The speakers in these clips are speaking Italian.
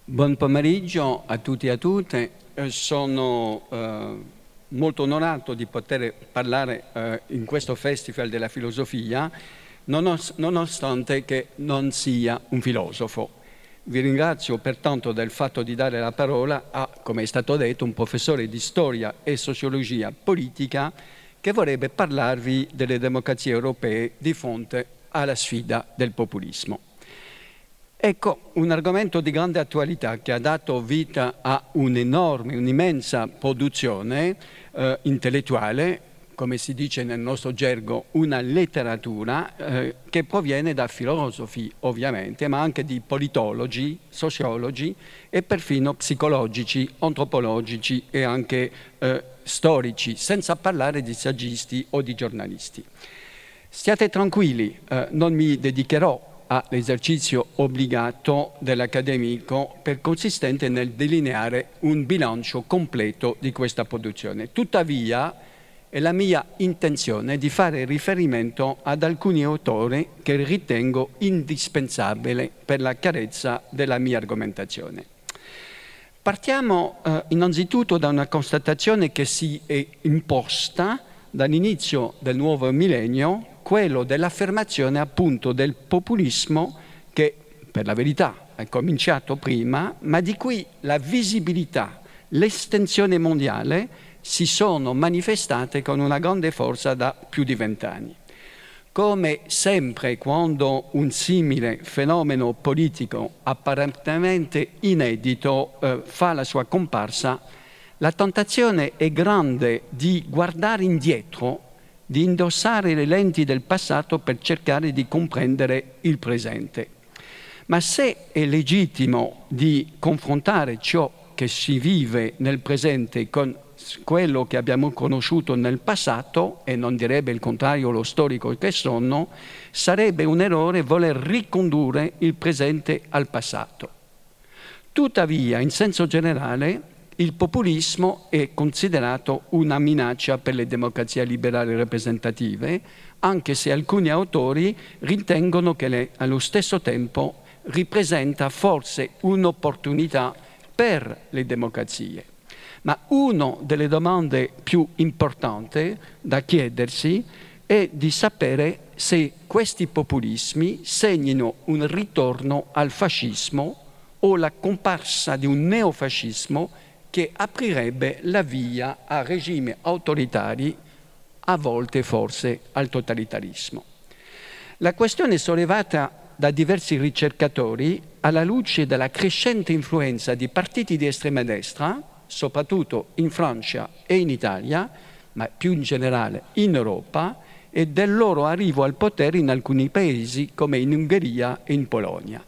Buon pomeriggio a tutti e a tutte. Sono molto onorato di poter parlare in questo Festival della Filosofia, nonostante che non sia un filosofo. Vi ringrazio pertanto del fatto di dare la parola a, come è stato detto, un professore di storia e sociologia politica che vorrebbe parlarvi delle democrazie europee di fronte alla sfida del populismo. Ecco, un argomento di grande attualità che ha dato vita a un'immensa produzione intellettuale, come si dice nel nostro gergo, una letteratura che proviene da filosofi ovviamente, ma anche di politologi, sociologi e perfino psicologici, antropologici e anche storici, senza parlare di saggisti o di giornalisti. Stiate tranquilli, non mi dedicherò all'esercizio obbligato dell'accademico consistente nel delineare un bilancio completo di questa produzione. Tuttavia, è la mia intenzione di fare riferimento ad alcuni autori che ritengo indispensabili per la chiarezza della mia argomentazione. Partiamo innanzitutto da una constatazione che si è imposta dall'inizio del nuovo millennio, quello dell'affermazione appunto del populismo che, per la verità, è cominciato prima, ma di cui la visibilità, l'estensione mondiale si sono manifestate con una grande forza da più di 20 anni. Come sempre quando un simile fenomeno politico apparentemente inedito fa la sua comparsa, la tentazione è grande di guardare indietro, di indossare le lenti del passato per cercare di comprendere il presente. Ma se è legittimo di confrontare ciò che si vive nel presente con quello che abbiamo conosciuto nel passato, e non direbbe il contrario lo storico che sono, sarebbe un errore voler ricondurre il presente al passato. Tuttavia, in senso generale, il populismo è considerato una minaccia per le democrazie liberali rappresentative, anche se alcuni autori ritengono che allo stesso tempo ripresenta forse un'opportunità per le democrazie. Ma una delle domande più importanti da chiedersi è di sapere se questi populismi segnino un ritorno al fascismo o la comparsa di un neofascismo che aprirebbe la via a regimi autoritari, a volte forse al totalitarismo. La questione sollevata da diversi ricercatori, alla luce della crescente influenza di partiti di estrema destra, soprattutto in Francia e in Italia, ma più in generale in Europa, e del loro arrivo al potere in alcuni paesi come in Ungheria e in Polonia.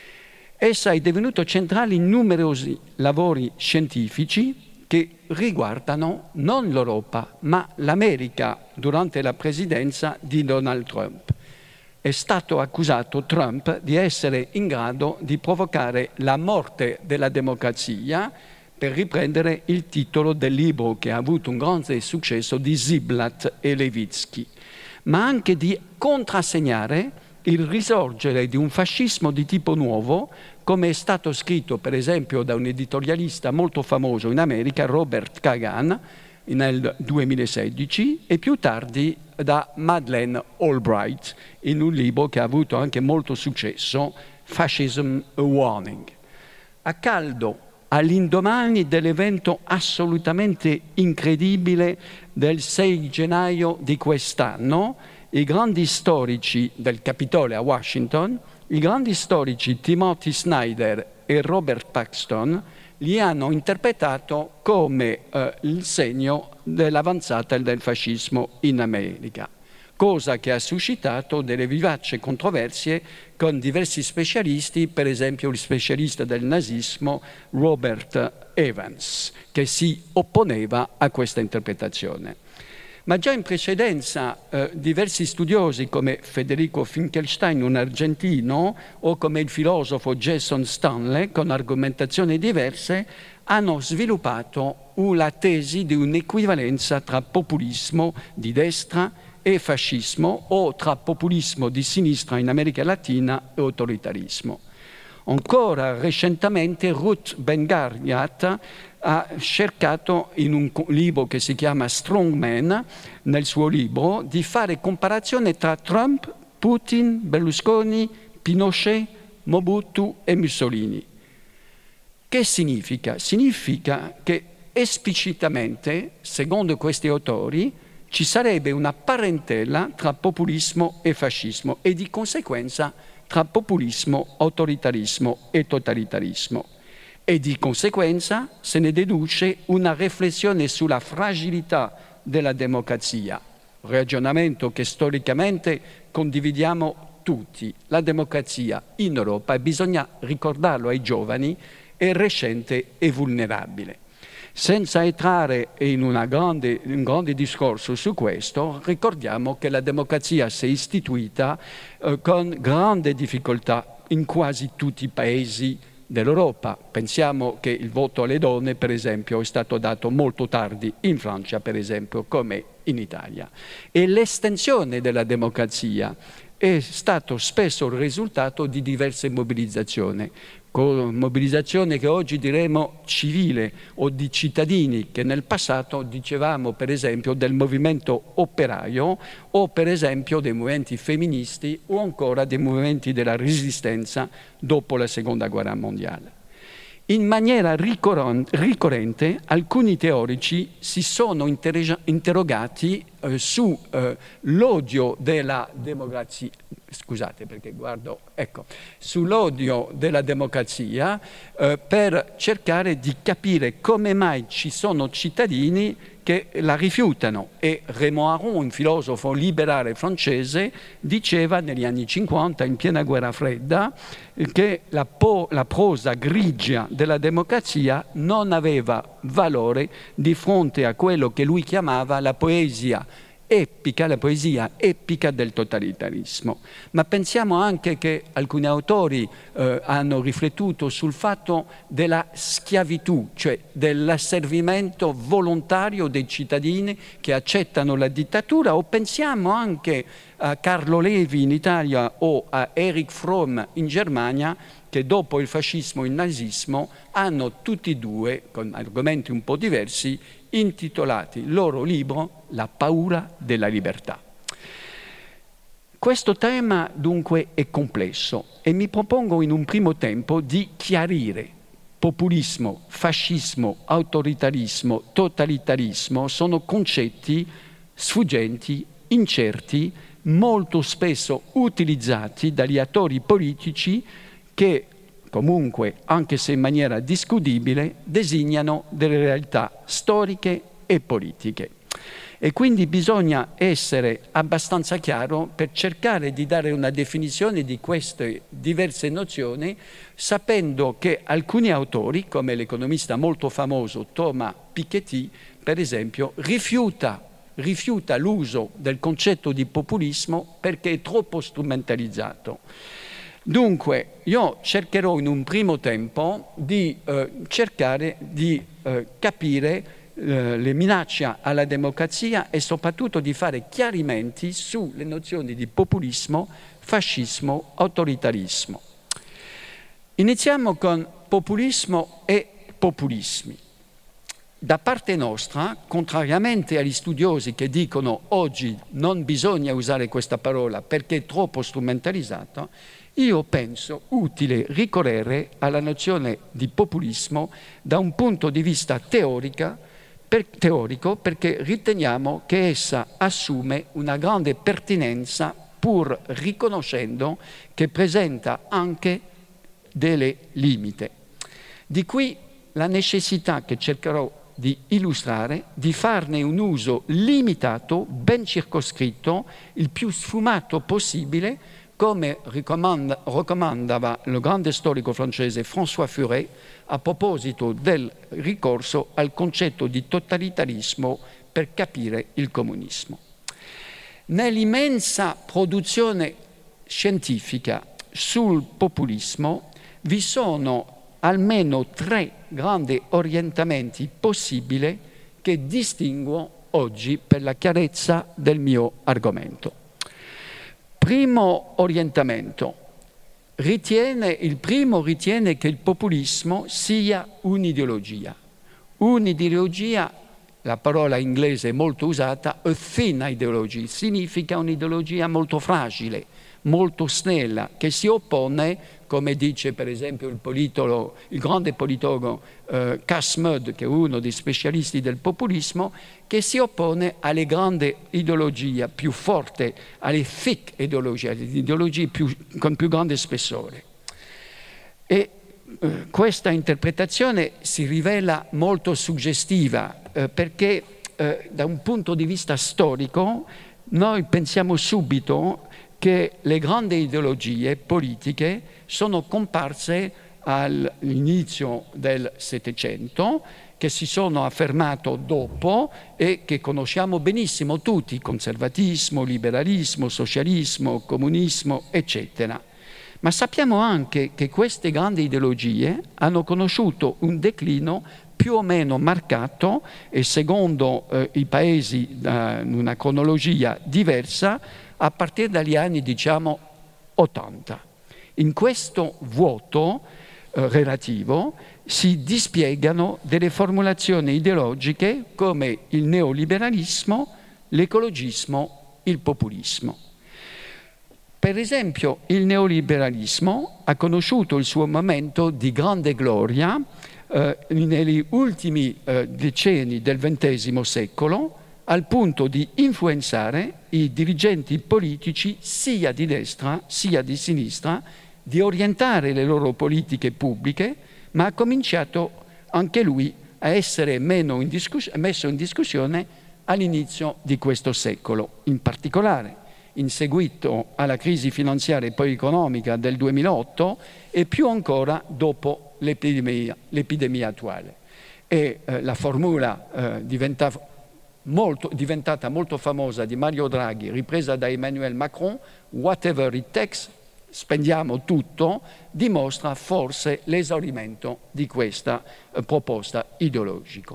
Essa è divenuta centrale in numerosi lavori scientifici che riguardano non l'Europa, ma l'America durante la presidenza di Donald Trump. È stato accusato Trump di essere in grado di provocare la morte della democrazia, per riprendere il titolo del libro che ha avuto un grande successo di Ziblatt e Levitsky, ma anche di contrassegnare il risorgere di un fascismo di tipo nuovo, come è stato scritto per esempio da un editorialista molto famoso in America, Robert Kagan, nel 2016, e più tardi da Madeleine Albright, in un libro che ha avuto anche molto successo, Fascism a Warning. A caldo, all'indomani dell'evento assolutamente incredibile del 6 gennaio di quest'anno, i grandi storici del Capitole a Washington, i grandi storici Timothy Snyder e Robert Paxton li hanno interpretato come il segno dell'avanzata del fascismo in America, cosa che ha suscitato delle vivaci controversie con diversi specialisti, per esempio il specialista del nazismo Robert Evans, che si opponeva a questa interpretazione. Ma già in precedenza diversi studiosi come Federico Finkelstein, un argentino, o come il filosofo Jason Stanley, con argomentazioni diverse, hanno sviluppato la tesi di un'equivalenza tra populismo di destra e fascismo, o tra populismo di sinistra in America Latina e autoritarismo. Ancora recentemente Ruth Ben-Ghiat ha cercato in un libro che si chiama Strongman, nel suo libro, di fare comparazione tra Trump, Putin, Berlusconi, Pinochet, Mobutu e Mussolini. Che significa? Significa che esplicitamente, secondo questi autori, ci sarebbe una parentela tra populismo e fascismo e di conseguenza tra populismo, autoritarismo e totalitarismo. E di conseguenza se ne deduce una riflessione sulla fragilità della democrazia, ragionamento che storicamente condividiamo tutti. La democrazia in Europa, e bisogna ricordarlo ai giovani, è recente e vulnerabile. Senza entrare in un grande discorso su questo, ricordiamo che la democrazia si è istituita con grande difficoltà in quasi tutti i paesi dell'Europa. Pensiamo che il voto alle donne, per esempio, è stato dato molto tardi in Francia, per esempio, come in Italia. E l'estensione della democrazia è stato spesso il risultato di diverse mobilizzazioni che oggi diremo civile o di cittadini, che nel passato dicevamo per esempio del movimento operaio o per esempio dei movimenti femministi o ancora dei movimenti della resistenza dopo la Seconda Guerra Mondiale. In maniera ricorrente alcuni teorici si sono interrogati sull'odio della democrazia, sull'odio della democrazia per cercare di capire come mai ci sono cittadini che la rifiutano. E Raymond Aron, un filosofo liberale francese, diceva negli anni 50, in piena guerra fredda, che la prosa grigia della democrazia non aveva valore di fronte a quello che lui chiamava la poesia epica del totalitarismo. Ma pensiamo anche che alcuni autori hanno riflettuto sul fatto della schiavitù, cioè dell'asservimento volontario dei cittadini che accettano la dittatura, o pensiamo anche a Carlo Levi in Italia o a Erich Fromm in Germania, che dopo il fascismo e il nazismo hanno tutti e due, con argomenti un po' diversi, intitolati il loro libro La paura della libertà. Questo tema dunque è complesso e mi propongo in un primo tempo di chiarire. Populismo, fascismo, autoritarismo, totalitarismo sono concetti sfuggenti, incerti, molto spesso utilizzati dagli attori politici che comunque, anche se in maniera discutibile, designano delle realtà storiche e politiche. E quindi bisogna essere abbastanza chiaro per cercare di dare una definizione di queste diverse nozioni, sapendo che alcuni autori, come l'economista molto famoso Thomas Piketty, per esempio, rifiuta l'uso del concetto di populismo perché è troppo strumentalizzato. Dunque, io cercherò in un primo tempo di cercare di capire le minacce alla democrazia e soprattutto di fare chiarimenti sulle nozioni di populismo, fascismo, autoritarismo. Iniziamo con populismo e populismi. Da parte nostra, contrariamente agli studiosi che dicono oggi non bisogna usare questa parola perché è troppo strumentalizzata, io penso utile ricorrere alla nozione di populismo da un punto di vista teorico perché riteniamo che essa assume una grande pertinenza pur riconoscendo che presenta anche delle limiti. Di qui la necessità che cercherò di illustrare, di farne un uso limitato, ben circoscritto, il più sfumato possibile, come raccomandava il grande storico francese François Furet a proposito del ricorso al concetto di totalitarismo per capire il comunismo. Nell'immensa produzione scientifica sul populismo vi sono almeno 3 grandi orientamenti possibili che distinguo oggi per la chiarezza del mio argomento. Primo orientamento: il primo ritiene che il populismo sia un'ideologia. Un'ideologia, la parola inglese molto usata, a thin ideology, significa un'ideologia molto fragile, molto snella, che si oppone, come dice per esempio il grande politologo Cass Mudde, che è uno dei specialisti del populismo, che si oppone alle grandi ideologie più forti, alle thick ideologie, alle ideologie con più grande spessore. E questa interpretazione si rivela molto suggestiva perché da un punto di vista storico noi pensiamo subito che le grandi ideologie politiche sono comparse all'inizio del Settecento, che si sono affermato dopo e che conosciamo benissimo tutti: conservatismo, liberalismo, socialismo, comunismo, eccetera. Ma sappiamo anche che queste grandi ideologie hanno conosciuto un declino più o meno marcato e secondo i paesi in una cronologia diversa a partire dagli anni, diciamo, 80. In questo vuoto relativo si dispiegano delle formulazioni ideologiche come il neoliberalismo, l'ecologismo, il populismo. Per esempio, il neoliberalismo ha conosciuto il suo momento di grande gloria negli ultimi decenni del XX secolo, al punto di influenzare i dirigenti politici sia di destra sia di sinistra, di orientare le loro politiche pubbliche, ma ha cominciato anche lui a essere messo in discussione all'inizio di questo secolo, in particolare in seguito alla crisi finanziaria e poi economica del 2008 e più ancora dopo l'epidemia attuale. E la formula diventata molto famosa di Mario Draghi, ripresa da Emmanuel Macron, whatever it takes, spendiamo tutto, dimostra forse l'esaurimento di questa proposta ideologica.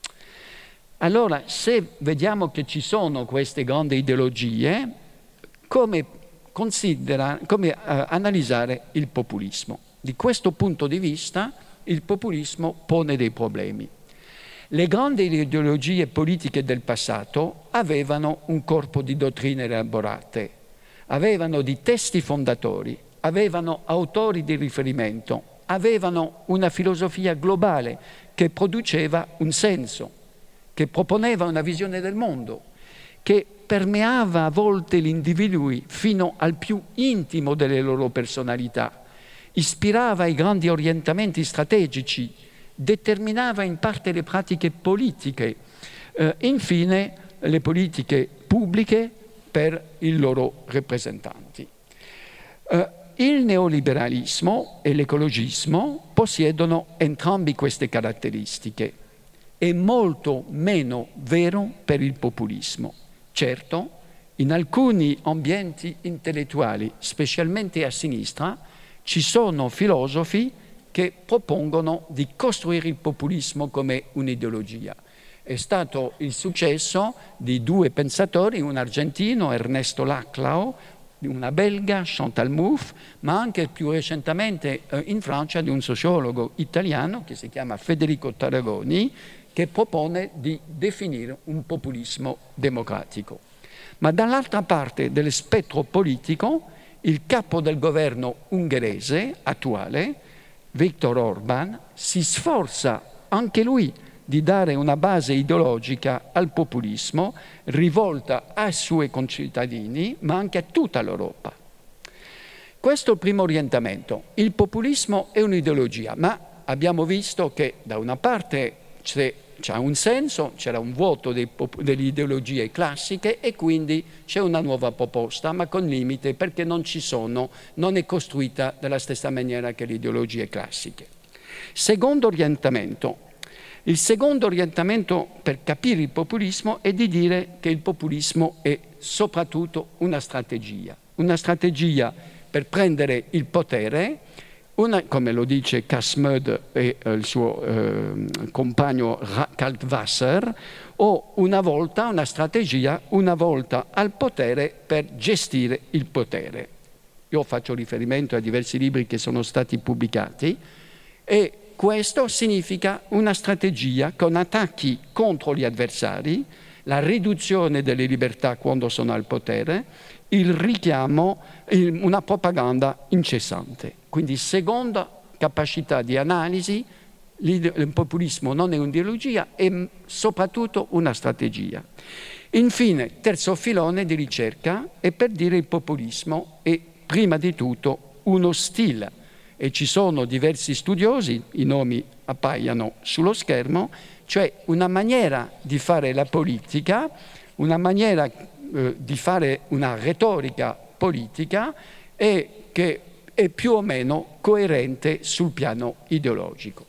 Allora, se vediamo che ci sono queste grandi ideologie, come analizzare il populismo? Di questo punto di vista, il populismo pone dei problemi. Le grandi ideologie politiche del passato avevano un corpo di dottrine elaborate, avevano di testi fondatori, avevano autori di riferimento, avevano una filosofia globale che produceva un senso, che proponeva una visione del mondo, che permeava a volte gli individui fino al più intimo delle loro personalità, ispirava i grandi orientamenti strategici, determinava in parte le pratiche politiche, infine le politiche pubbliche per i loro rappresentanti. Il neoliberalismo e l'ecologismo possiedono entrambi queste caratteristiche. È molto meno vero per il populismo. Certo, in alcuni ambienti intellettuali, specialmente a sinistra, ci sono filosofi che propongono di costruire il populismo come un'ideologia. È stato il successo di due pensatori, un argentino, Ernesto Laclau, una belga, Chantal Mouffe, ma anche più recentemente in Francia di un sociologo italiano che si chiama Federico Tarragoni, che propone di definire un populismo democratico. Ma dall'altra parte dello spettro politico, il capo del governo ungherese attuale, Viktor Orban, si sforza anche lui di dare una base ideologica al populismo rivolta ai suoi concittadini, ma anche a tutta l'Europa. Questo è il primo orientamento. Il populismo è un'ideologia, ma abbiamo visto che da una parte c'è un senso, c'era un vuoto delle ideologie classiche e quindi c'è una nuova proposta, ma con limite perché non è costruita della stessa maniera che le ideologie classiche. Secondo orientamento. Il secondo orientamento per capire il populismo è di dire che il populismo è soprattutto una strategia per prendere il potere, come lo dice Cass Mudde e il suo compagno Kaltwasser, o una strategia una volta al potere per gestire il potere. Io faccio riferimento a diversi libri che sono stati pubblicati, e questo significa una strategia con attacchi contro gli avversari, la riduzione delle libertà quando sono al potere, il richiamo, una propaganda incessante. Quindi seconda capacità di analisi, il populismo non è un'ideologia, è soprattutto una strategia. Infine, terzo filone di ricerca è per dire il populismo è prima di tutto uno stile, e ci sono diversi studiosi, i nomi appaiono sullo schermo, cioè una maniera di fare la politica, una maniera di fare una retorica politica e che è più o meno coerente sul piano ideologico.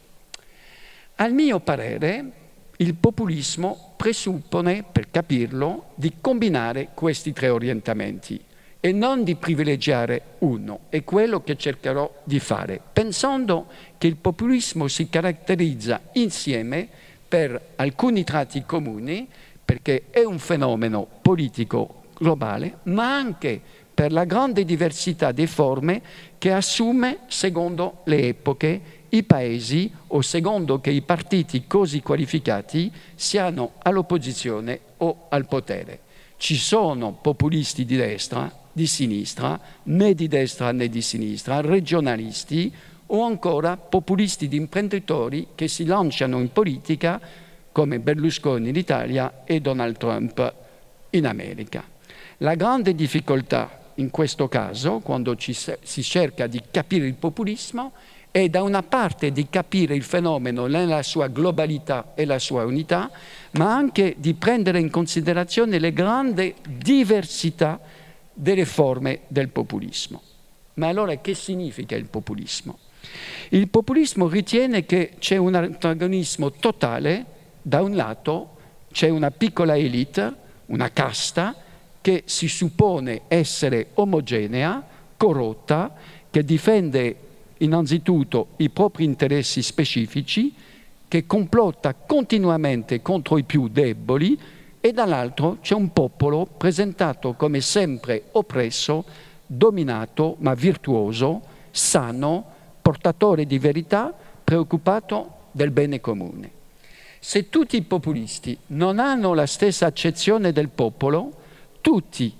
Al mio parere, il populismo presuppone, per capirlo, di combinare questi tre orientamenti e non di privilegiare uno. È quello che cercherò di fare, pensando che il populismo si caratterizza insieme per alcuni tratti comuni, perché è un fenomeno politico globale, ma anche per la grande diversità di forme che assume secondo le epoche, i paesi o secondo che i partiti così qualificati siano all'opposizione o al potere. Ci sono populisti di destra, di sinistra, né di destra né di sinistra, regionalisti o ancora populisti di imprenditori che si lanciano in politica come Berlusconi in Italia e Donald Trump in America. La grande difficoltà in questo caso, quando si cerca di capire il populismo, è da una parte di capire il fenomeno nella sua globalità e la sua unità, ma anche di prendere in considerazione le grandi diversità delle forme del populismo. Ma allora che significa il populismo? Il populismo ritiene che c'è un antagonismo totale. Da un lato c'è una piccola elite, una casta, che si suppone essere omogenea, corrotta, che difende innanzitutto i propri interessi specifici, che complotta continuamente contro i più deboli, e dall'altro c'è un popolo presentato come sempre oppresso, dominato ma virtuoso, sano, portatore di verità, preoccupato del bene comune. Se tutti i populisti non hanno la stessa accezione del popolo, tutti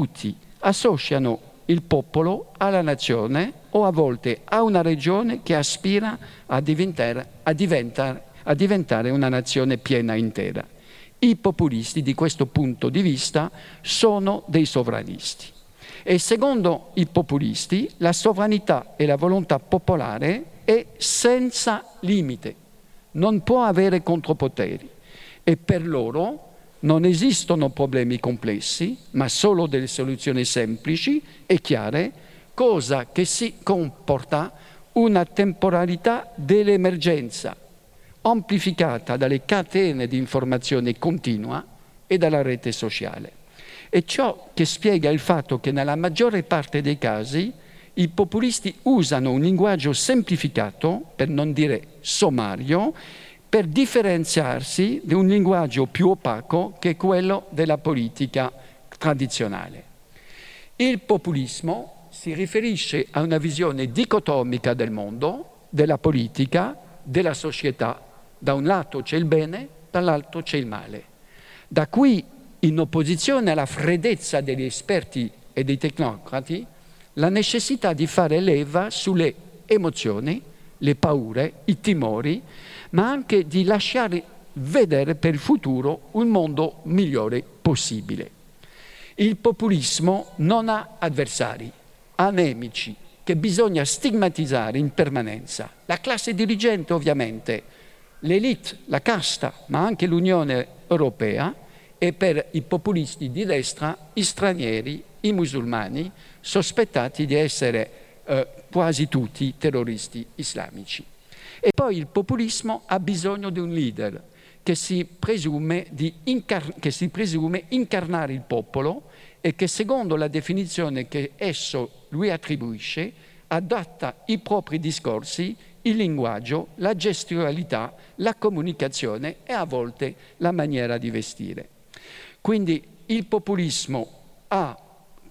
associano il popolo alla nazione o a volte a una regione che aspira a diventare una nazione piena intera. I populisti, di questo punto di vista, sono dei sovranisti. E secondo i populisti, la sovranità e la volontà popolare è senza limite, non può avere contropoteri, e per loro non esistono problemi complessi, ma solo delle soluzioni semplici e chiare, cosa che si comporta una temporalità dell'emergenza, amplificata dalle catene di informazione continua e dalla rete sociale. E ciò che spiega il fatto che nella maggiore parte dei casi i populisti usano un linguaggio semplificato, per non dire sommario, per differenziarsi da un linguaggio più opaco che è quello della politica tradizionale. Il populismo si riferisce a una visione dicotomica del mondo, della politica, della società. Da un lato c'è il bene, dall'altro c'è il male. Da qui, in opposizione alla freddezza degli esperti e dei tecnocrati, la necessità di fare leva sulle emozioni, le paure, i timori, ma anche di lasciare vedere per il futuro un mondo migliore possibile. Il populismo non ha avversari, ha nemici che bisogna stigmatizzare in permanenza. La classe dirigente, ovviamente, l'élite, la casta, ma anche l'Unione Europea, e per i populisti di destra i stranieri, i musulmani, sospettati di essere quasi tutti terroristi islamici. E poi il populismo ha bisogno di un leader che si presume incarnare il popolo e che, secondo la definizione che esso lui attribuisce, adatta i propri discorsi, il linguaggio, la gestualità, la comunicazione e a volte la maniera di vestire. Quindi il populismo ha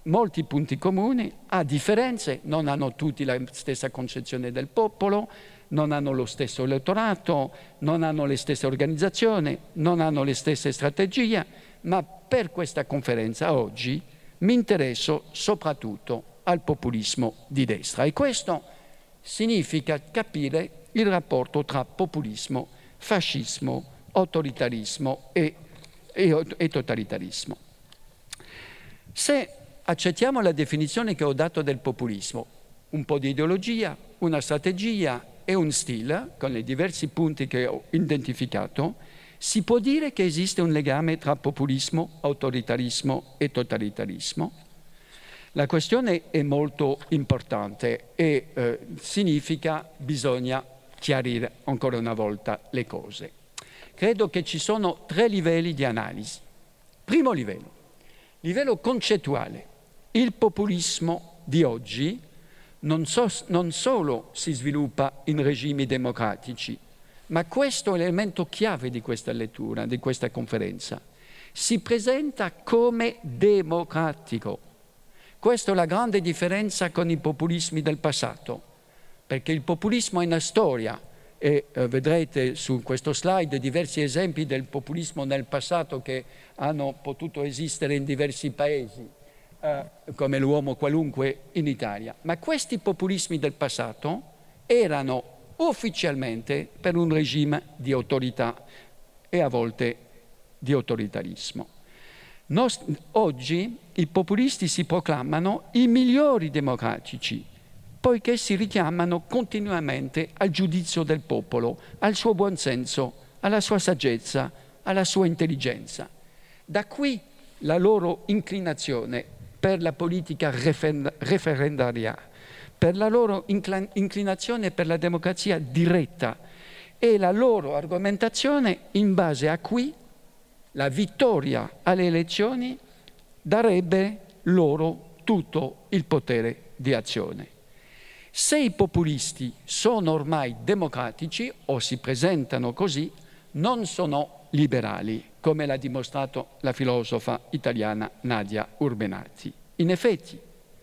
molti punti comuni, ha differenze, non hanno tutti la stessa concezione del popolo, non hanno lo stesso elettorato, non hanno le stesse organizzazioni, non hanno le stesse strategie, ma per questa conferenza oggi mi interesso soprattutto al populismo di destra e questo significa capire il rapporto tra populismo, fascismo, autoritarismo e totalitarismo. Se accettiamo la definizione che ho dato del populismo, un po' di ideologia, una strategia e un stile, con i diversi punti che ho identificato, si può dire che esiste un legame tra populismo, autoritarismo e totalitarismo? La questione è molto importante e significa bisogna chiarire ancora una volta le cose. Credo che ci sono 3 livelli di analisi. Primo livello concettuale. Il populismo di oggi non solo si sviluppa in regimi democratici, ma questo è l'elemento chiave di questa lettura, di questa conferenza. Si presenta come democratico. Questa è la grande differenza con i populismi del passato, perché il populismo è una storia e vedrete su questo slide diversi esempi del populismo nel passato che hanno potuto esistere in diversi paesi, come l'uomo qualunque in Italia. Ma questi populismi del passato erano ufficialmente per un regime di autorità e a volte di autoritarismo. Oggi i populisti si proclamano i migliori democratici, poiché si richiamano continuamente al giudizio del popolo, al suo buonsenso, alla sua saggezza, alla sua intelligenza. Da qui la loro inclinazione per la politica referendaria, per la loro inclinazione per la democrazia diretta e la loro argomentazione in base a cui la vittoria alle elezioni darebbe loro tutto il potere di azione. Se i populisti sono ormai democratici o si presentano così, non sono liberali, come l'ha dimostrato la filosofa italiana Nadia Urbenati. In effetti,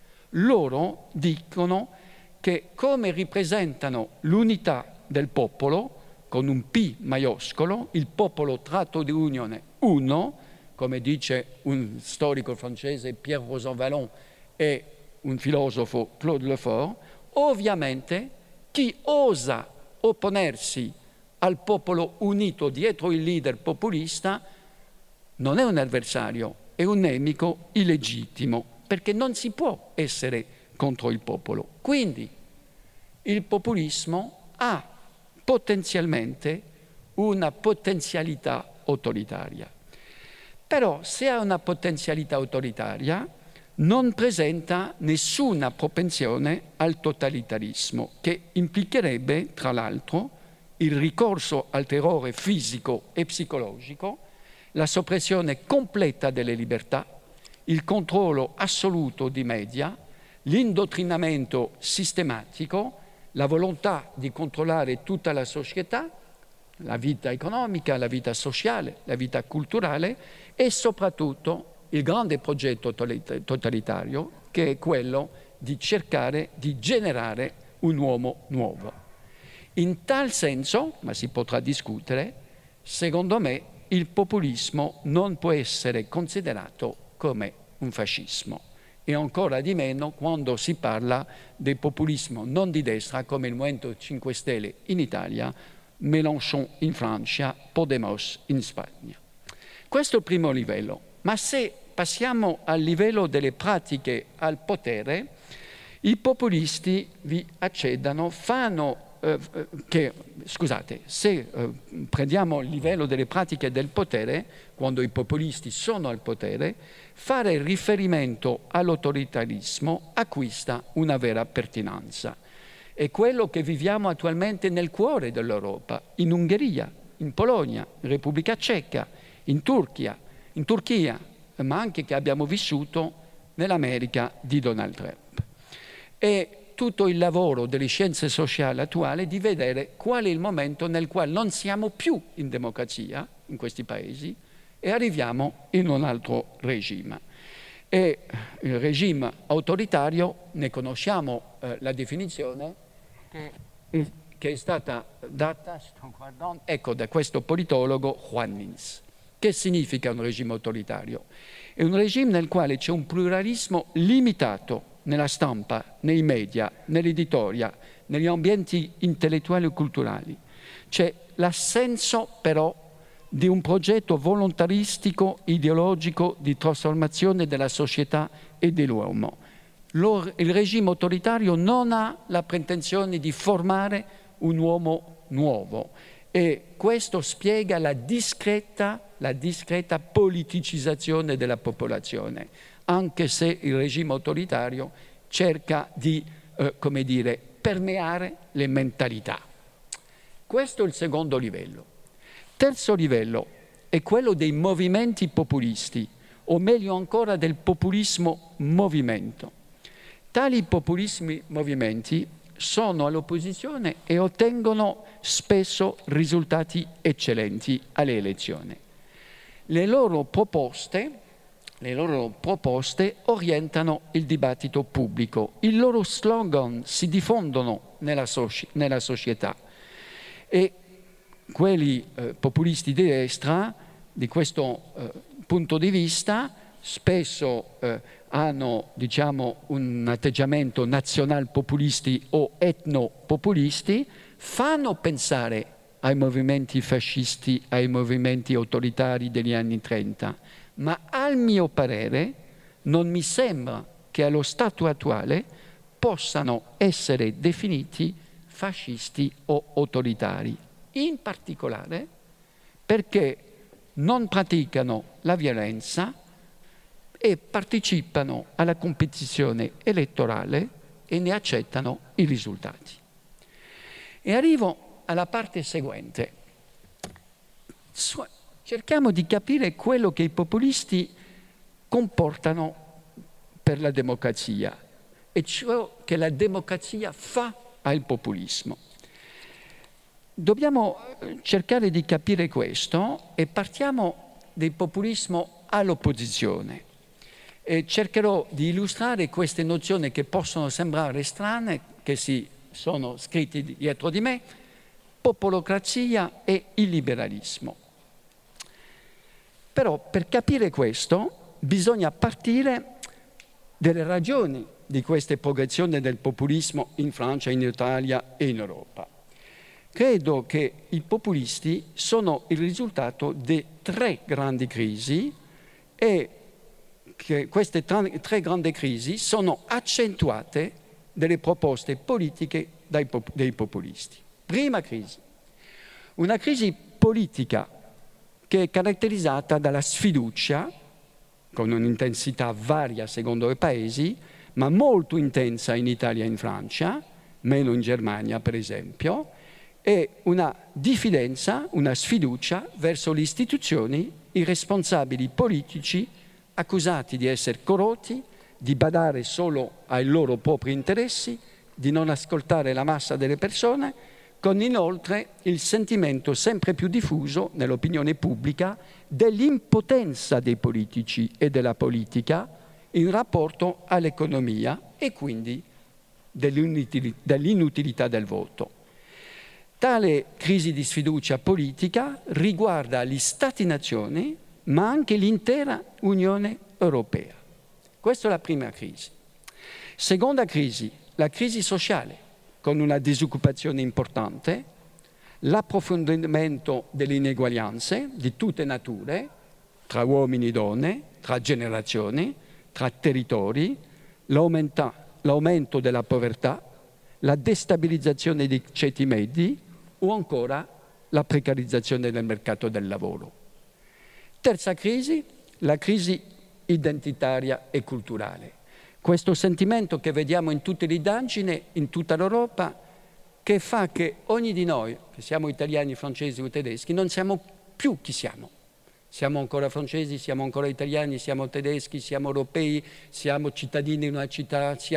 loro dicono che come ripresentano l'unità del popolo, con un P maiuscolo, il popolo tratto di unione uno, come dice un storico francese Pierre Rosanvallon e un filosofo Claude Lefort, ovviamente chi osa opponersi al popolo unito dietro il leader populista non è un avversario, è un nemico illegittimo, perché non si può essere contro il popolo. Quindi il populismo ha potenzialmente una potenzialità autoritaria. Però se ha una potenzialità autoritaria non presenta nessuna propensione al totalitarismo, che implicherebbe, tra l'altro, il ricorso al terrore fisico e psicologico, la soppressione completa delle libertà, il controllo assoluto di media, l'indottrinamento sistematico, la volontà di controllare tutta la società, la vita economica, la vita sociale, la vita culturale e soprattutto il grande progetto totalitario che è quello di cercare di generare un uomo nuovo. In tal senso, ma si potrà discutere, secondo me il populismo non può essere considerato come un fascismo e ancora di meno quando si parla del populismo non di destra come il Movimento 5 Stelle in Italia, Mélenchon in Francia, Podemos in Spagna. Questo è il primo livello, ma se passiamo al livello delle pratiche al potere, i populisti vi accedono, se prendiamo il livello delle pratiche del potere, quando i populisti sono al potere, fare riferimento all'autoritarismo acquista una vera pertinenza. È quello che viviamo attualmente nel cuore dell'Europa, in Ungheria, in Polonia, in Repubblica Ceca, in Turchia, ma anche che abbiamo vissuto nell'America di Donald Trump. E tutto il lavoro delle scienze sociali attuali di vedere qual è il momento nel quale non siamo più in democrazia in questi paesi e arriviamo in un altro regime. E il regime autoritario, ne conosciamo la definizione, che è stata data, sto guardando, ecco, da questo politologo Juan Lins. Che significa un regime autoritario? È un regime nel quale c'è un pluralismo limitato nella stampa, nei media, nell'editoria, negli ambienti intellettuali e culturali. C'è l'assenso però di un progetto volontaristico, ideologico di trasformazione della società e dell'uomo. Il regime autoritario non ha la pretensione di formare un uomo nuovo e questo spiega la discreta politicizzazione della popolazione, anche se il regime autoritario cerca di, permeare le mentalità. Questo è il secondo livello. Terzo livello è quello dei movimenti populisti, o meglio ancora del populismo movimento. Tali populismi movimenti sono all'opposizione e ottengono spesso risultati eccellenti alle elezioni. Le loro proposte orientano il dibattito pubblico, i loro slogan si diffondono nella società e quelli populisti di destra, di questo punto di vista, spesso hanno un atteggiamento nazional-populisti o etnopopulisti, fanno pensare ai movimenti fascisti, ai movimenti autoritari degli anni 30, ma al mio parere non mi sembra che allo stato attuale possano essere definiti fascisti o autoritari, in particolare perché non praticano la violenza e partecipano alla competizione elettorale e ne accettano i risultati. E arrivo alla parte seguente. Cerchiamo di capire quello che i populisti comportano per la democrazia e ciò che la democrazia fa al populismo. Dobbiamo cercare di capire questo e partiamo del populismo all'opposizione. E cercherò di illustrare queste nozioni che possono sembrare strane, che sono scritte dietro di me: popolocrazia e illiberalismo. Però per capire questo bisogna partire dalle ragioni di queste progressioni del populismo in Francia, in Italia e in Europa. Credo che i populisti sono il risultato di 3 grandi crisi e che queste 3 grandi crisi sono accentuate dalle proposte politiche dei populisti. Prima crisi, una crisi politica che è caratterizzata dalla sfiducia, con un'intensità varia secondo i paesi, ma molto intensa in Italia e in Francia, meno in Germania per esempio, e una diffidenza, una sfiducia verso le istituzioni, i responsabili politici accusati di essere corrotti, di badare solo ai loro propri interessi, di non ascoltare la massa delle persone, con inoltre il sentimento sempre più diffuso nell'opinione pubblica dell'impotenza dei politici e della politica in rapporto all'economia e quindi dell'inutilità del voto. Tale crisi di sfiducia politica riguarda gli Stati-nazioni, ma anche l'intera Unione Europea. Questa è la prima crisi. Seconda crisi, la crisi sociale, con una disoccupazione importante, l'approfondimento delle ineguaglianze di tutte nature, tra uomini e donne, tra generazioni, tra territori, l'aumento della povertà, la destabilizzazione dei ceti medi o ancora la precarizzazione del mercato del lavoro. Terza crisi, la crisi identitaria e culturale. Questo sentimento che vediamo in tutte le indagini, in tutta l'Europa, che fa che ogni di noi, che siamo italiani, francesi o tedeschi, non siamo più chi siamo. Siamo ancora francesi, siamo ancora italiani, siamo tedeschi, siamo europei, siamo cittadini in una città, ci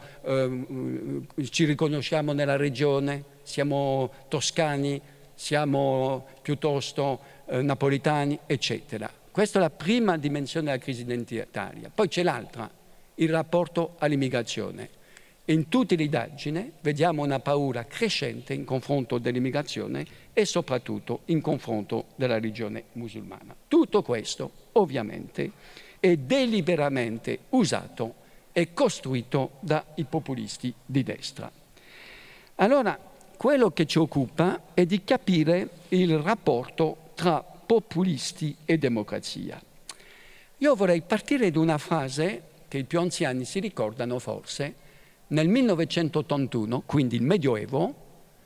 riconosciamo nella regione, siamo toscani, siamo piuttosto napoletani, eccetera. Questa è la prima dimensione della crisi identitaria. Poi c'è l'altra, il rapporto all'immigrazione. In tutte le indagini vediamo una paura crescente in confronto dell'immigrazione e soprattutto in confronto della religione musulmana. Tutto questo, ovviamente, è deliberatamente usato e costruito dai populisti di destra. Allora, quello che ci occupa è di capire il rapporto tra populisti e democrazia. Io vorrei partire da una frase che i più anziani si ricordano forse. Nel 1981, quindi il Medioevo,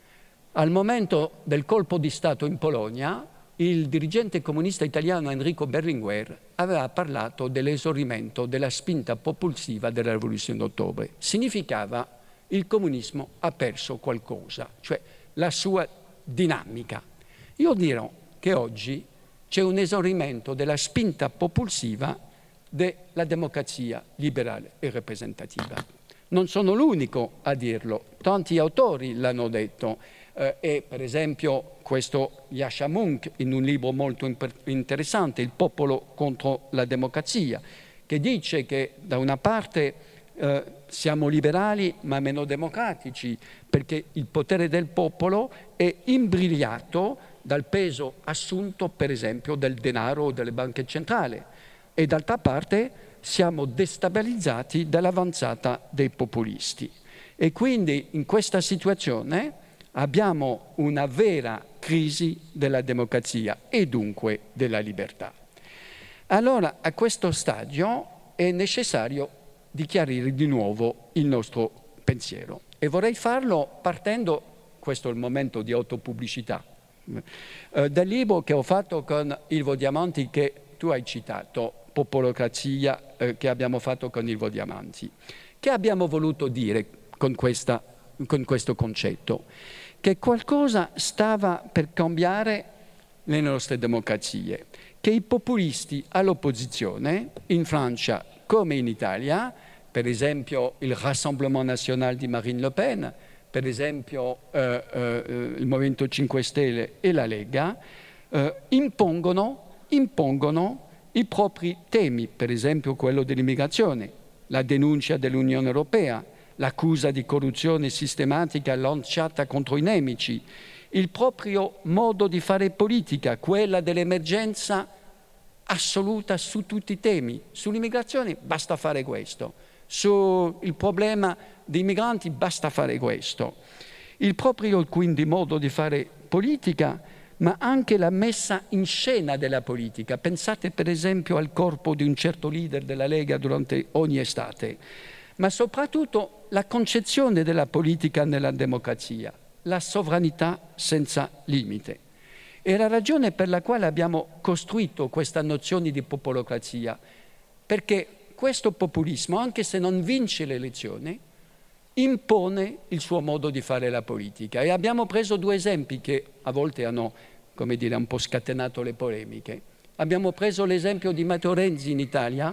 al momento del colpo di Stato in Polonia, il dirigente comunista italiano Enrico Berlinguer aveva parlato dell'esaurimento della spinta propulsiva della Rivoluzione d'Ottobre. Significava il comunismo ha perso qualcosa, cioè la sua dinamica. Io dirò che oggi c'è un esaurimento della spinta propulsiva della democrazia liberale e rappresentativa. Non sono l'unico a dirlo, tanti autori l'hanno detto. E per esempio questo Yasha Mounk in un libro molto interessante, Il popolo contro la democrazia, che dice che da una parte siamo liberali ma meno democratici, perché il potere del popolo è imbrigliato dal peso assunto per esempio del denaro o delle banche centrali, e d'altra parte siamo destabilizzati dall'avanzata dei populisti. E quindi in questa situazione abbiamo una vera crisi della democrazia e dunque della libertà. Allora, a questo stadio è necessario di chiarire di nuovo il nostro pensiero. E vorrei farlo partendo, questo è il momento di autopubblicità, dal libro che ho fatto con Ilvo Diamanti, che tu hai citato, Popolocrazia, che abbiamo fatto con Ilvo Diamanti. Che abbiamo voluto dire con questo concetto? Che qualcosa stava per cambiare nelle nostre democrazie, che i populisti all'opposizione, in Francia come in Italia, per esempio il Rassemblement National di Marine Le Pen, per esempio il Movimento 5 Stelle e la Lega, impongono i propri temi, per esempio quello dell'immigrazione, la denuncia dell'Unione Europea, l'accusa di corruzione sistematica lanciata contro i nemici, il proprio modo di fare politica, quella dell'emergenza assoluta su tutti i temi. Sull'immigrazione basta fare questo, sul problema dei migranti basta fare questo. Il proprio quindi modo di fare politica, ma anche la messa in scena della politica. Pensate per esempio al corpo di un certo leader della Lega durante ogni estate, ma soprattutto la concezione della politica nella democrazia, la sovranità senza limite. È la ragione per la quale abbiamo costruito questa nozione di popolocrazia, perché questo populismo, anche se non vince le elezioni, impone il suo modo di fare la politica. E abbiamo preso due esempi che a volte hanno, come dire, un po' scatenato le polemiche. Abbiamo preso l'esempio di Matteo Renzi in Italia,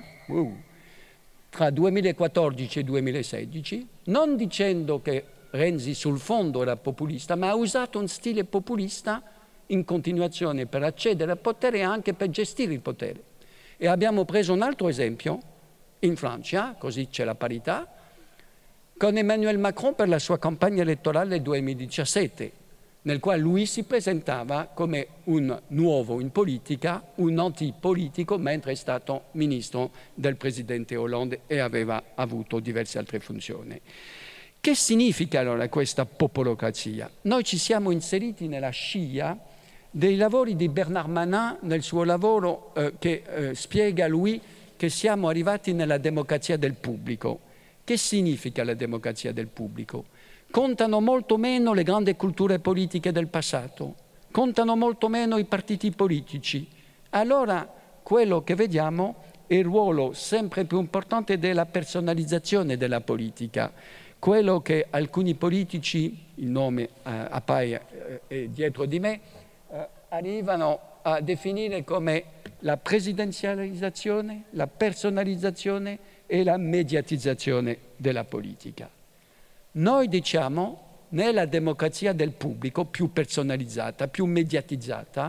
tra 2014 e 2016, non dicendo che Renzi sul fondo era populista, ma ha usato un stile populista in continuazione per accedere al potere e anche per gestire il potere. E abbiamo preso un altro esempio in Francia, così c'è la parità, con Emmanuel Macron per la sua campagna elettorale 2017, nel quale lui si presentava come un nuovo in politica, un antipolitico, mentre è stato ministro del presidente Hollande e aveva avuto diverse altre funzioni. Che significa allora questa popolocrazia? Noi ci siamo inseriti nella scia dei lavori di Bernard Manin nel suo lavoro che spiega lui che siamo arrivati nella democrazia del pubblico. Che significa la democrazia del pubblico? Contano molto meno le grandi culture politiche del passato, contano molto meno i partiti politici. Allora quello che vediamo è il ruolo sempre più importante della personalizzazione della politica, quello che alcuni politici, il nome appare dietro di me, arrivano a definire come la presidenzializzazione, la personalizzazione e la mediatizzazione della politica. Noi diciamo, nella democrazia del pubblico, più personalizzata, più mediatizzata,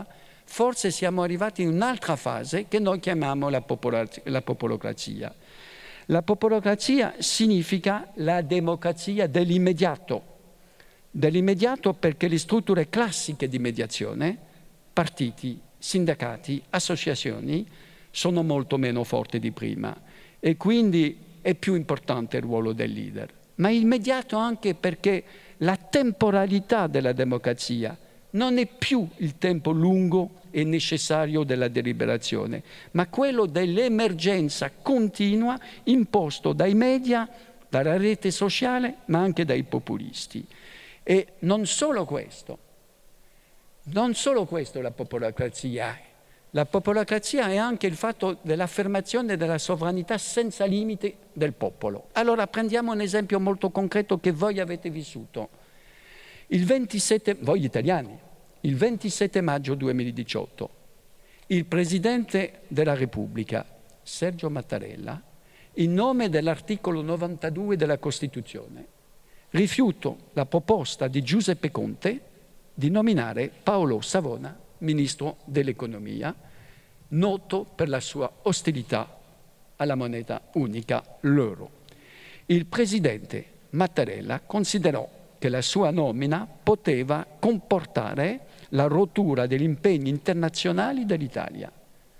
forse siamo arrivati in un'altra fase che noi chiamiamo la popolocrazia. La popolocrazia significa la democrazia dell'immediato perché le strutture classiche di mediazione, partiti, sindacati, associazioni, sono molto meno forti di prima e quindi è più importante il ruolo del leader. Ma immediato anche perché la temporalità della democrazia non è più il tempo lungo e necessario della deliberazione, ma quello dell'emergenza continua imposto dai media, dalla rete sociale, ma anche dai populisti. E non solo questo la popolocrazia è. La popolocrazia è anche il fatto dell'affermazione della sovranità senza limiti del popolo. Allora prendiamo un esempio molto concreto che voi avete vissuto. Voi italiani, il 27 maggio 2018, il Presidente della Repubblica, Sergio Mattarella, in nome dell'articolo 92 della Costituzione, rifiutò la proposta di Giuseppe Conte di nominare Paolo Savona ministro dell'economia, noto per la sua ostilità alla moneta unica, l'euro. Il presidente Mattarella considerò che la sua nomina poteva comportare la rottura degli impegni internazionali dell'Italia.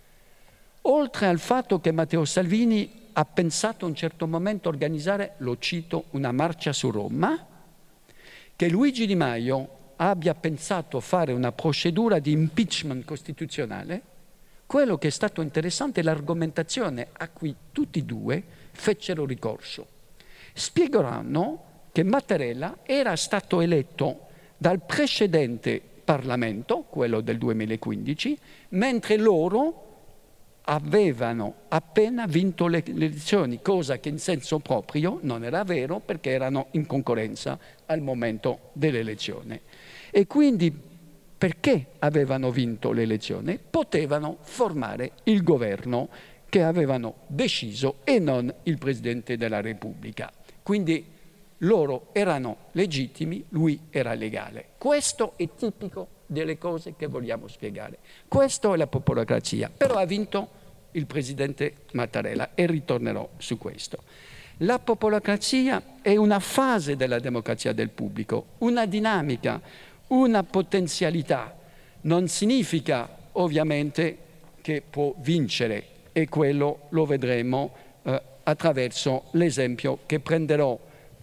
Oltre al fatto che Matteo Salvini ha pensato a un certo momento organizzare, lo cito, una marcia su Roma, che Luigi Di Maio abbia pensato fare una procedura di impeachment costituzionale, quello che è stato interessante è l'argomentazione a cui tutti e due fecero ricorso. Spiegheranno che Mattarella era stato eletto dal precedente Parlamento, quello del 2015, mentre loro avevano appena vinto le elezioni, cosa che in senso proprio non era vero perché erano in concorrenza al momento dell'elezione. E quindi, perché avevano vinto l'elezione, potevano formare il governo che avevano deciso e non il Presidente della Repubblica. Quindi loro erano legittimi, lui era legale. Questo è tipico delle cose che vogliamo spiegare. Questo è la popolocrazia, però ha vinto il Presidente Mattarella e ritornerò su questo. La popolocrazia è una fase della democrazia del pubblico, una dinamica, una potenzialità. Non significa ovviamente che può vincere e quello lo vedremo attraverso l'esempio che prendendo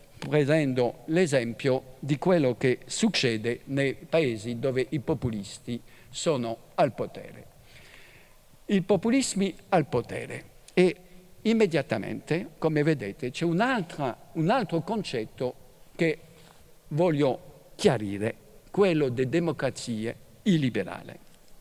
l'esempio di quello che succede nei paesi dove i populisti sono al potere. I populismi al potere e immediatamente, come vedete, c'è un altro concetto che voglio chiarire, quello di democrazie illiberale.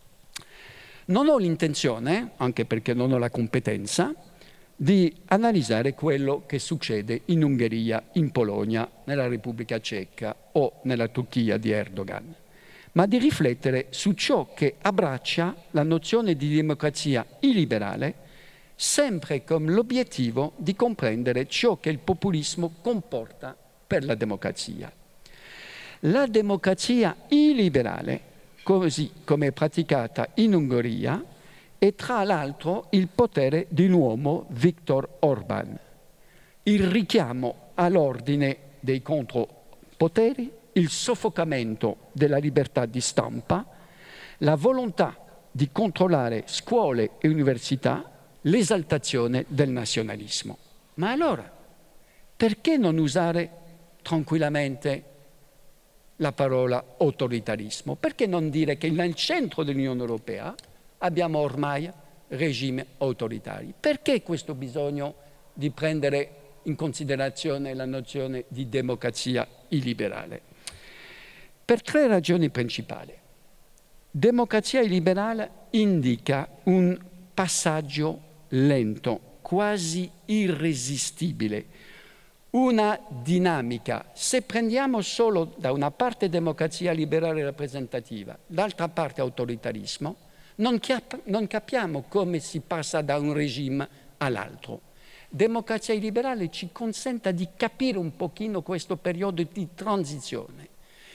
Non ho l'intenzione, anche perché non ho la competenza, di analizzare quello che succede in Ungheria, in Polonia, nella Repubblica Ceca o nella Turchia di Erdogan, ma di riflettere su ciò che abbraccia la nozione di democrazia illiberale, sempre con l'obiettivo di comprendere ciò che il populismo comporta per la democrazia. La democrazia illiberale, così come è praticata in Ungheria, è tra l'altro il potere di un uomo, Viktor Orbán, il richiamo all'ordine dei contropoteri, il soffocamento della libertà di stampa, la volontà di controllare scuole e università, l'esaltazione del nazionalismo. Ma allora, perché non usare tranquillamente la parola autoritarismo? Perché non dire che nel centro dell'Unione Europea abbiamo ormai regimi autoritari? Perché questo bisogno di prendere in considerazione la nozione di democrazia illiberale? Per 3 ragioni principali. Democrazia illiberale indica un passaggio lento, quasi irresistibile, una dinamica. Se prendiamo solo da una parte democrazia liberale rappresentativa, dall'altra parte autoritarismo, non capiamo come si passa da un regime all'altro. Democrazia illiberale ci consente di capire un pochino questo periodo di transizione.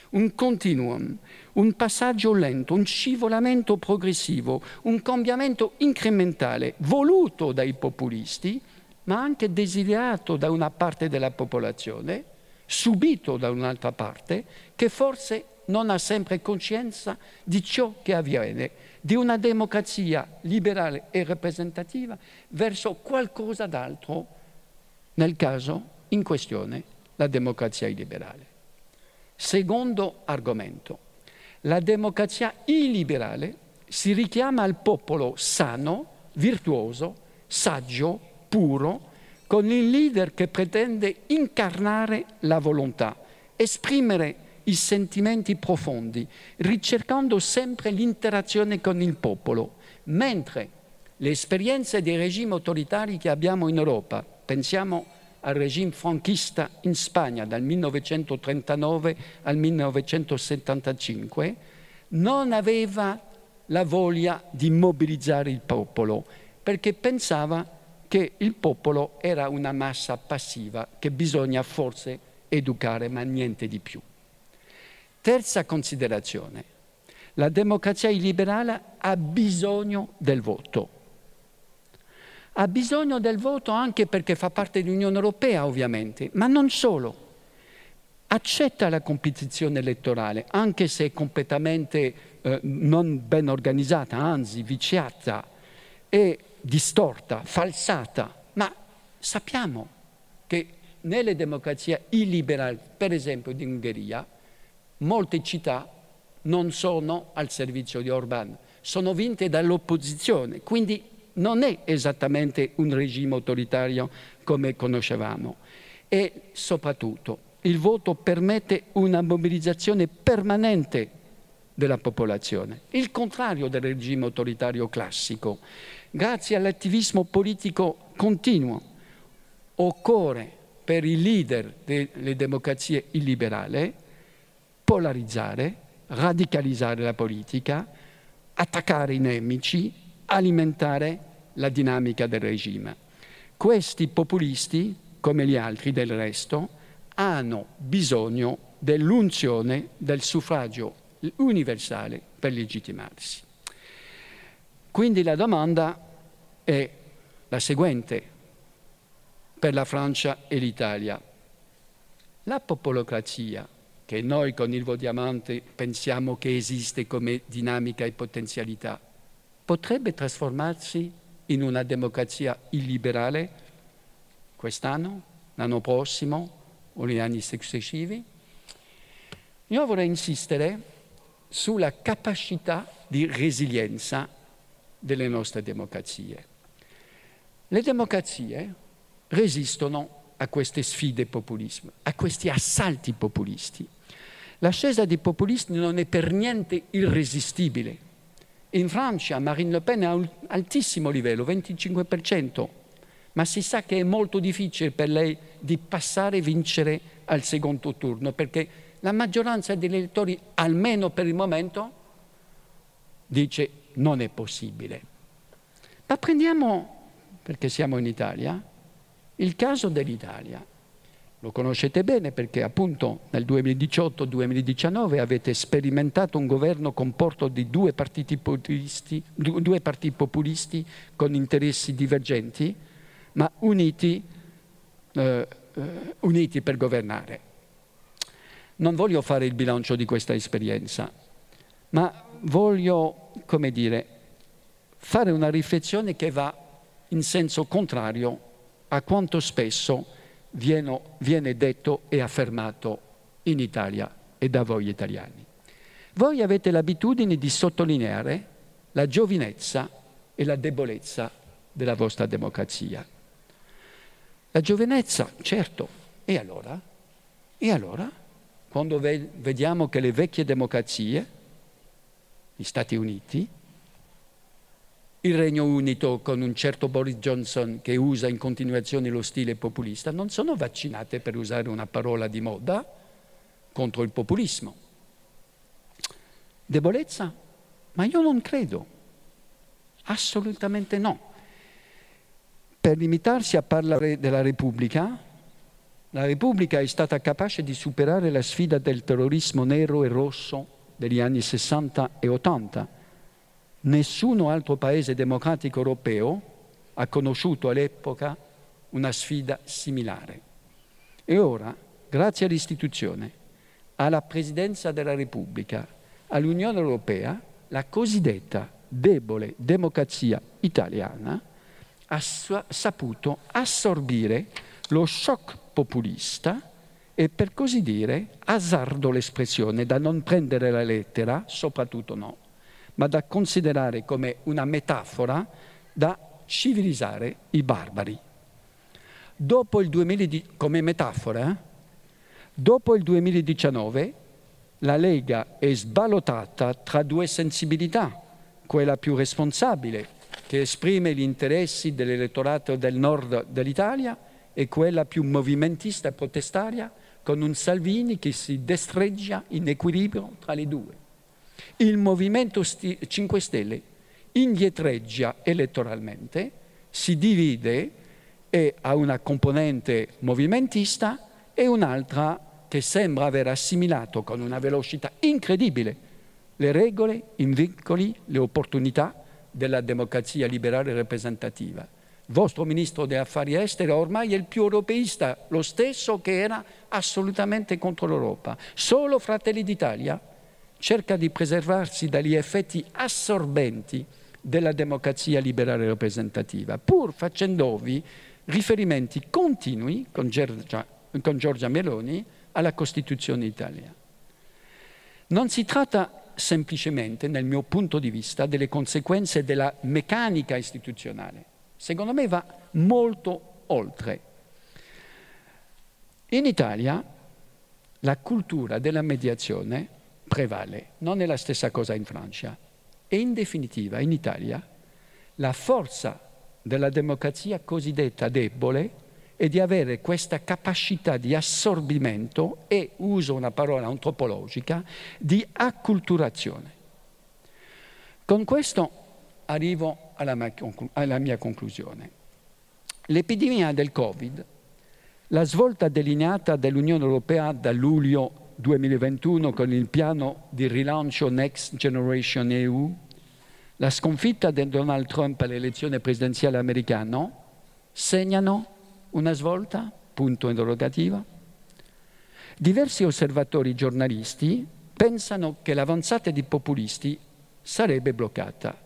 un continuum, un passaggio lento, un scivolamento progressivo, un cambiamento incrementale voluto dai populisti, ma anche desiderato da una parte della popolazione, subito da un'altra parte, che forse non ha sempre coscienza di ciò che avviene, di una democrazia liberale e rappresentativa verso qualcosa d'altro, nel caso in questione la democrazia illiberale. Secondo argomento, la democrazia illiberale si richiama al popolo sano, virtuoso, saggio, puro, con il leader che pretende incarnare la volontà, esprimere i sentimenti profondi, ricercando sempre l'interazione con il popolo, mentre le esperienze dei regimi autoritari che abbiamo in Europa, pensiamo al regime franchista in Spagna dal 1939 al 1975, non aveva la voglia di mobilizzare il popolo, perché pensava che il popolo era una massa passiva che bisogna forse educare, ma niente di più. Terza considerazione, la democrazia illiberale ha bisogno del voto. Ha bisogno del voto anche perché fa parte dell'Unione Europea, ovviamente, ma non solo. Accetta la competizione elettorale, anche se è completamente non ben organizzata, anzi viziata e distorta, falsata. Ma sappiamo che nelle democrazie illiberali, per esempio in Ungheria, molte città non sono al servizio di Orbán, sono vinte dall'opposizione, quindi non è esattamente un regime autoritario come conoscevamo. E soprattutto il voto permette una mobilizzazione permanente della popolazione, il contrario del regime autoritario classico. Grazie all'attivismo politico continuo occorre per i leader delle democrazie illiberali polarizzare, radicalizzare la politica, attaccare i nemici, alimentare la dinamica del regime. Questi populisti, come gli altri del resto, hanno bisogno dell'unzione del suffragio universale per legittimarsi. Quindi la domanda è la seguente per la Francia e l'Italia. La popolocrazia, che noi con il Diamante pensiamo che esiste come dinamica e potenzialità, potrebbe trasformarsi in una democrazia illiberale quest'anno, l'anno prossimo o negli anni successivi? Io vorrei insistere sulla capacità di resilienza delle nostre democrazie. Le democrazie resistono a queste sfide populismo, a questi assalti populisti. L'ascesa dei populisti non è per niente irresistibile. In Francia Marine Le Pen è a un altissimo livello, 25%, ma si sa che è molto difficile per lei di passare e vincere al secondo turno, perché la maggioranza degli elettori, almeno per il momento, dice non è possibile. Ma prendiamo, perché siamo in Italia, il caso dell'Italia. Lo conoscete bene perché appunto nel 2018-2019 avete sperimentato un governo composto di due partiti populisti con interessi divergenti, ma uniti per governare. Non voglio fare il bilancio di questa esperienza, ma voglio, come dire, fare una riflessione che va in senso contrario a quanto spesso viene detto e affermato in Italia e da voi italiani. Voi avete l'abitudine di sottolineare la giovinezza e la debolezza della vostra democrazia. La giovinezza, certo, e allora? E allora? Quando vediamo che le vecchie democrazie, gli Stati Uniti, il Regno Unito con un certo Boris Johnson che usa in continuazione lo stile populista, non sono vaccinate, per usare una parola di moda, contro il populismo. Debolezza? Ma io non credo. Assolutamente no. Per limitarsi a parlare della Repubblica, La Repubblica è stata capace di superare la sfida del terrorismo nero e rosso degli anni 60 e 80. Nessun altro paese democratico europeo ha conosciuto all'epoca una sfida similare. E ora, grazie all'istituzione, alla Presidenza della Repubblica, all'Unione Europea, la cosiddetta debole democrazia italiana ha saputo assorbire lo shock populista e, per così dire, azzardo l'espressione, da non prendere la lettera, soprattutto no, ma da considerare come una metafora da civilizzare i barbari. Dopo il 2019 la Lega è sballottata tra due sensibilità, quella più responsabile, che esprime gli interessi dell'elettorato del nord dell'Italia, e quella più movimentista e protestaria, con un Salvini che si destreggia in equilibrio tra le due. Il Movimento 5 Stelle indietreggia elettoralmente, si divide e ha una componente movimentista e un'altra che sembra aver assimilato con una velocità incredibile le regole, i vincoli, le opportunità della democrazia liberale rappresentativa. Il vostro ministro degli affari esteri ormai è il più europeista, lo stesso che era assolutamente contro l'Europa. Solo Fratelli d'Italia cerca di preservarsi dagli effetti assorbenti della democrazia liberale rappresentativa, pur facendovi riferimenti continui con Giorgia Meloni alla Costituzione italiana. Non si tratta semplicemente, nel mio punto di vista, delle conseguenze della meccanica istituzionale. Secondo me va molto oltre. In Italia la cultura della mediazione prevale, non è la stessa cosa in Francia. E in definitiva, in Italia, la forza della democrazia cosiddetta debole è di avere questa capacità di assorbimento e, uso una parola antropologica, di acculturazione. Con questo arrivo alla mia conclusione. L'epidemia del Covid, la svolta delineata dall'Unione Europea da luglio 2021 con il piano di rilancio Next Generation EU, la sconfitta di Donald Trump alle elezioni presidenziali americane segnano una svolta? Punto interrogativo. Diversi osservatori giornalisti pensano che l'avanzata di populisti sarebbe bloccata.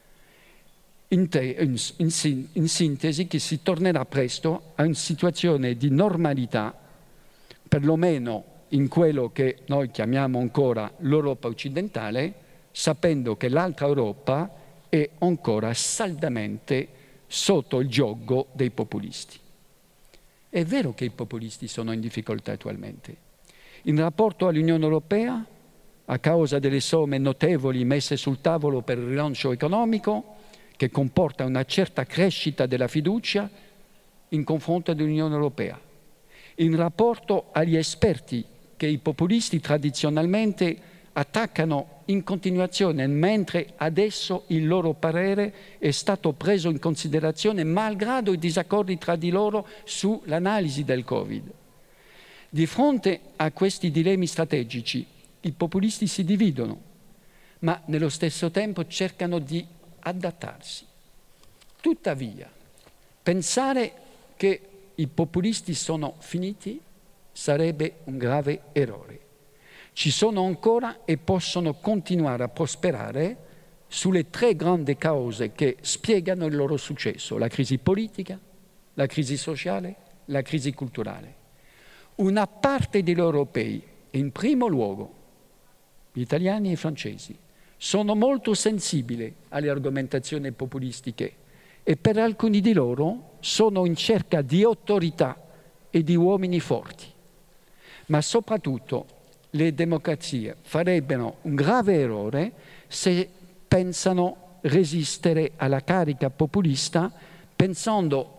In sintesi, che si tornerà presto a una situazione di normalità, perlomeno in quello che noi chiamiamo ancora l'Europa occidentale, sapendo che l'altra Europa è ancora saldamente sotto il giogo dei populisti. È vero che i populisti sono in difficoltà attualmente. In rapporto all'Unione Europea, a causa delle somme notevoli messe sul tavolo per il rilancio economico, che comporta una certa crescita della fiducia in confronto dell'Unione Europea. In rapporto agli esperti che i populisti tradizionalmente attaccano in continuazione, mentre adesso il loro parere è stato preso in considerazione malgrado i disaccordi tra di loro sull'analisi del Covid. Di fronte a questi dilemmi strategici, i populisti si dividono, ma nello stesso tempo cercano di adattarsi. Tuttavia, pensare che i populisti sono finiti sarebbe un grave errore. Ci sono ancora e possono continuare a prosperare sulle tre grandi cause che spiegano il loro successo: la crisi politica, la crisi sociale, la crisi culturale. Una parte degli europei, in primo luogo gli italiani e i francesi, sono molto sensibili alle argomentazioni populistiche e per alcuni di loro sono in cerca di autorità e di uomini forti. Ma soprattutto le democrazie farebbero un grave errore se pensano resistere alla carica populista pensando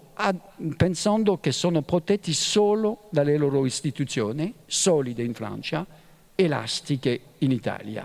che sono protetti solo dalle loro istituzioni, solide in Francia, elastiche in Italia.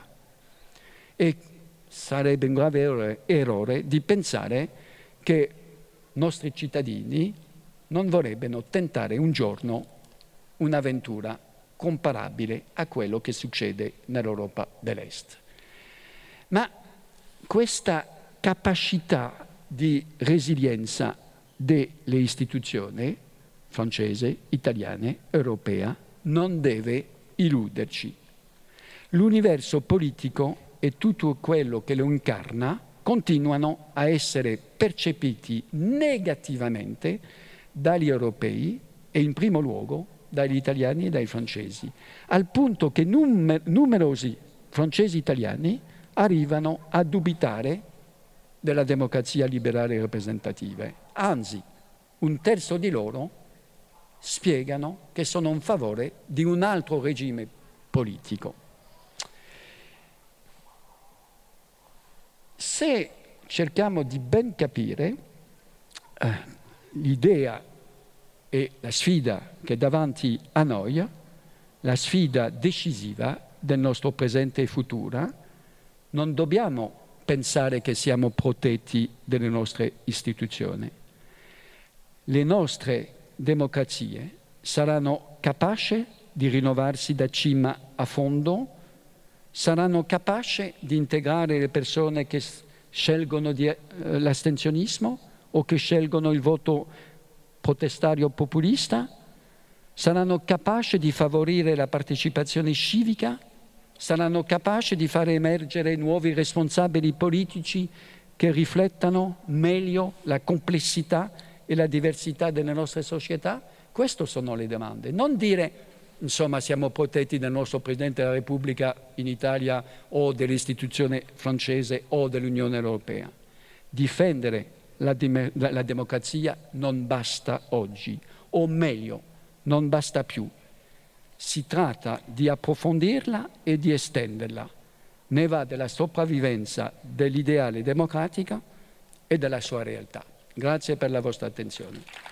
E sarebbe un grave errore di pensare che i nostri cittadini non vorrebbero tentare un giorno un'avventura comparabile a quello che succede nell'Europa dell'Est. Ma questa capacità di resilienza delle istituzioni francese, italiane, europea non deve illuderci. L'universo politico e tutto quello che lo incarna continuano a essere percepiti negativamente dagli europei e in primo luogo dagli italiani e dai francesi, al punto che numerosi francesi italiani arrivano a dubitare della democrazia liberale rappresentativa. Anzi, un terzo di loro spiegano che sono in favore di un altro regime politico. Se cerchiamo di ben capire l'idea e la sfida che è davanti a noi, la sfida decisiva del nostro presente e futuro, non dobbiamo pensare che siamo protetti dalle nostre istituzioni. Le nostre democrazie saranno capaci di rinnovarsi da cima a fondo, saranno capaci di integrare le persone che scelgono l'astensionismo o che scelgono il voto protestario populista, saranno capaci di favorire la partecipazione civica, saranno capaci di fare emergere nuovi responsabili politici che riflettano meglio la complessità e la diversità delle nostre società? Queste sono le domande. Non dire, insomma, siamo protetti dal nostro Presidente della Repubblica in Italia o dell'istituzione francese o dell'Unione Europea. Difendere la democrazia non basta oggi, o meglio, non basta più. Si tratta di approfondirla e di estenderla. Ne va della sopravvivenza dell'ideale democratico e della sua realtà. Grazie per la vostra attenzione.